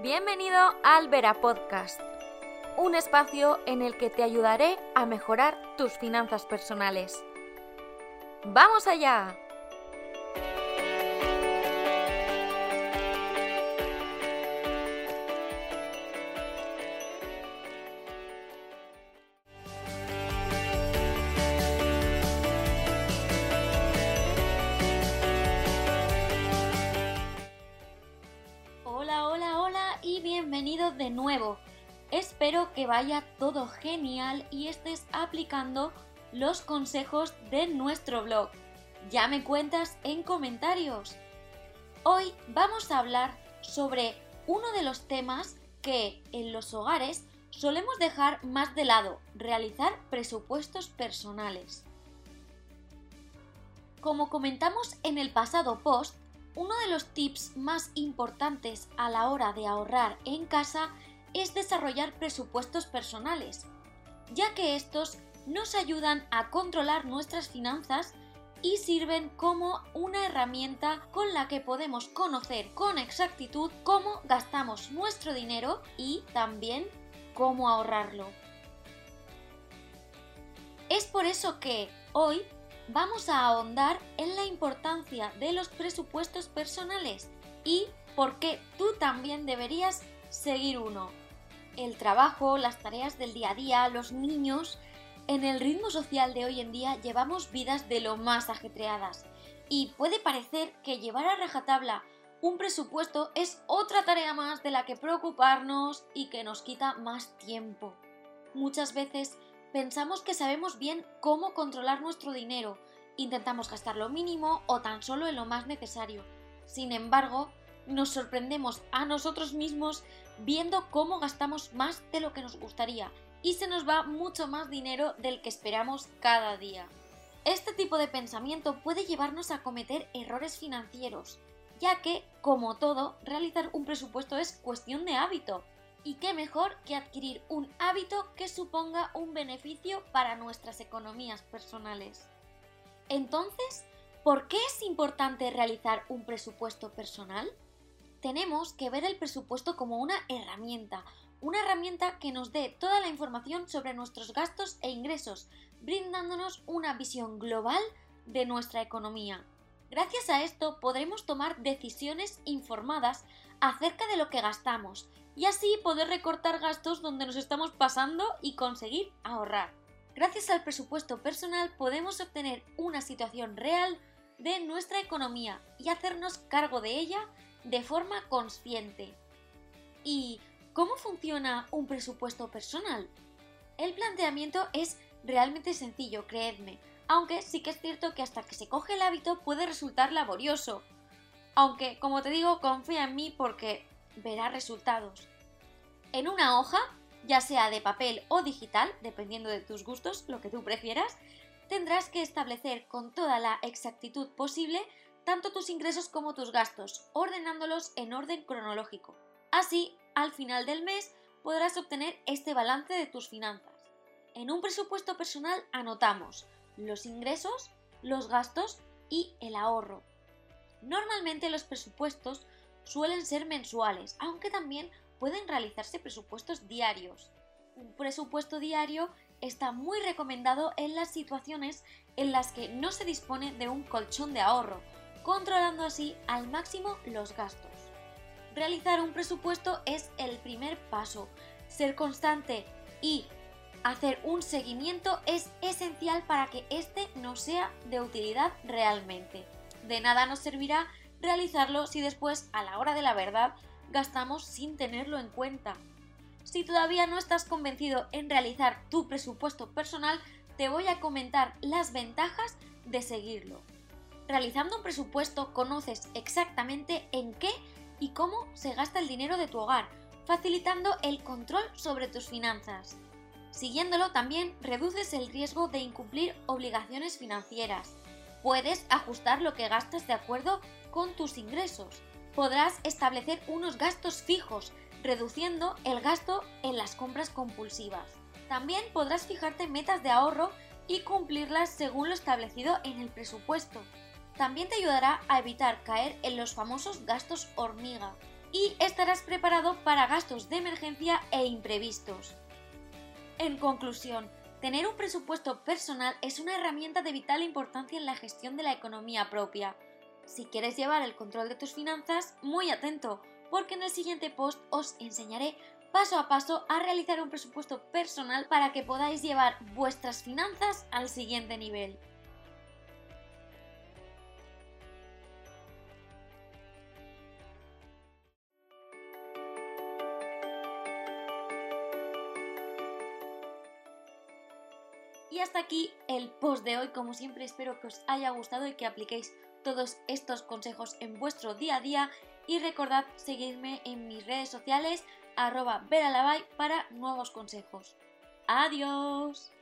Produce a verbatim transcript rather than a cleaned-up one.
Bienvenido al Vera Podcast, un espacio en el que te ayudaré a mejorar tus finanzas personales. ¡Vamos allá! Hola, hola, hola y bienvenido de nuevo. Espero que vaya todo genial y estés aplicando los consejos de nuestro blog. Ya me cuentas en comentarios. Hoy vamos a hablar sobre uno de los temas que en los hogares solemos dejar más de lado: realizar presupuestos personales. Como comentamos en el pasado post, uno de los tips más importantes a la hora de ahorrar en casa es desarrollar presupuestos personales, ya que estos nos ayudan a controlar nuestras finanzas y sirven como una herramienta con la que podemos conocer con exactitud cómo gastamos nuestro dinero y también cómo ahorrarlo. Es por eso que hoy vamos a ahondar en la importancia de los presupuestos personales y por qué tú también deberías seguir uno. El trabajo, las tareas del día a día, los niños. En el ritmo social de hoy en día llevamos vidas de lo más ajetreadas y puede parecer que llevar a rajatabla un presupuesto es otra tarea más de la que preocuparnos y que nos quita más tiempo. Muchas veces pensamos que sabemos bien cómo controlar nuestro dinero, intentamos gastar lo mínimo o tan solo en lo más necesario. Sin embargo, nos sorprendemos a nosotros mismos viendo cómo gastamos más de lo que nos gustaría y se nos va mucho más dinero del que esperamos cada día. Este tipo de pensamiento puede llevarnos a cometer errores financieros, ya que, como todo, realizar un presupuesto es cuestión de hábito. Y qué mejor que adquirir un hábito que suponga un beneficio para nuestras economías personales. Entonces, ¿por qué es importante realizar un presupuesto personal? Tenemos que ver el presupuesto como una herramienta, una herramienta que nos dé toda la información sobre nuestros gastos e ingresos, brindándonos una visión global de nuestra economía. Gracias a esto podremos tomar decisiones informadas acerca de lo que gastamos y así poder recortar gastos donde nos estamos pasando y conseguir ahorrar. Gracias al presupuesto personal podemos obtener una situación real de nuestra economía y hacernos cargo de ella de forma consciente. ¿Y cómo funciona un presupuesto personal? El planteamiento es realmente sencillo, creedme, aunque sí que es cierto que hasta que se coge el hábito puede resultar laborioso. Aunque, como te digo, confía en mí porque verás resultados. En una hoja, ya sea de papel o digital, dependiendo de tus gustos, lo que tú prefieras, tendrás que establecer con toda la exactitud posible tanto tus ingresos como tus gastos, ordenándolos en orden cronológico. Así, al final del mes, podrás obtener este balance de tus finanzas. En un presupuesto personal anotamos los ingresos, los gastos y el ahorro. Normalmente los presupuestos suelen ser mensuales, aunque también pueden realizarse presupuestos diarios. Un presupuesto diario está muy recomendado en las situaciones en las que no se dispone de un colchón de ahorro, controlando así al máximo los gastos. Realizar un presupuesto es el primer paso. Ser constante y hacer un seguimiento es esencial para que este nos sea de utilidad realmente. De nada nos servirá realizarlo si después, a la hora de la verdad, gastamos sin tenerlo en cuenta. Si todavía no estás convencido en realizar tu presupuesto personal, te voy a comentar las ventajas de seguirlo. Realizando un presupuesto conoces exactamente en qué y cómo se gasta el dinero de tu hogar, facilitando el control sobre tus finanzas. Siguiéndolo también reduces el riesgo de incumplir obligaciones financieras. Puedes ajustar lo que gastas de acuerdo con tus ingresos. Podrás establecer unos gastos fijos, reduciendo el gasto en las compras compulsivas. También podrás fijarte metas de ahorro y cumplirlas según lo establecido en el presupuesto. También te ayudará a evitar caer en los famosos gastos hormiga. y estarás preparado para gastos de emergencia e imprevistos. En conclusión, tener un presupuesto personal es una herramienta de vital importancia en la gestión de la economía propia. Si quieres llevar el control de tus finanzas, muy atento, porque en el siguiente post os enseñaré paso a paso a realizar un presupuesto personal para que podáis llevar vuestras finanzas al siguiente nivel. Y hasta aquí el post de hoy. Como siempre, espero que os haya gustado y que apliquéis todos estos consejos en vuestro día a día, y recordad seguirme en mis redes sociales arroba veralavai para nuevos consejos. ¡Adiós!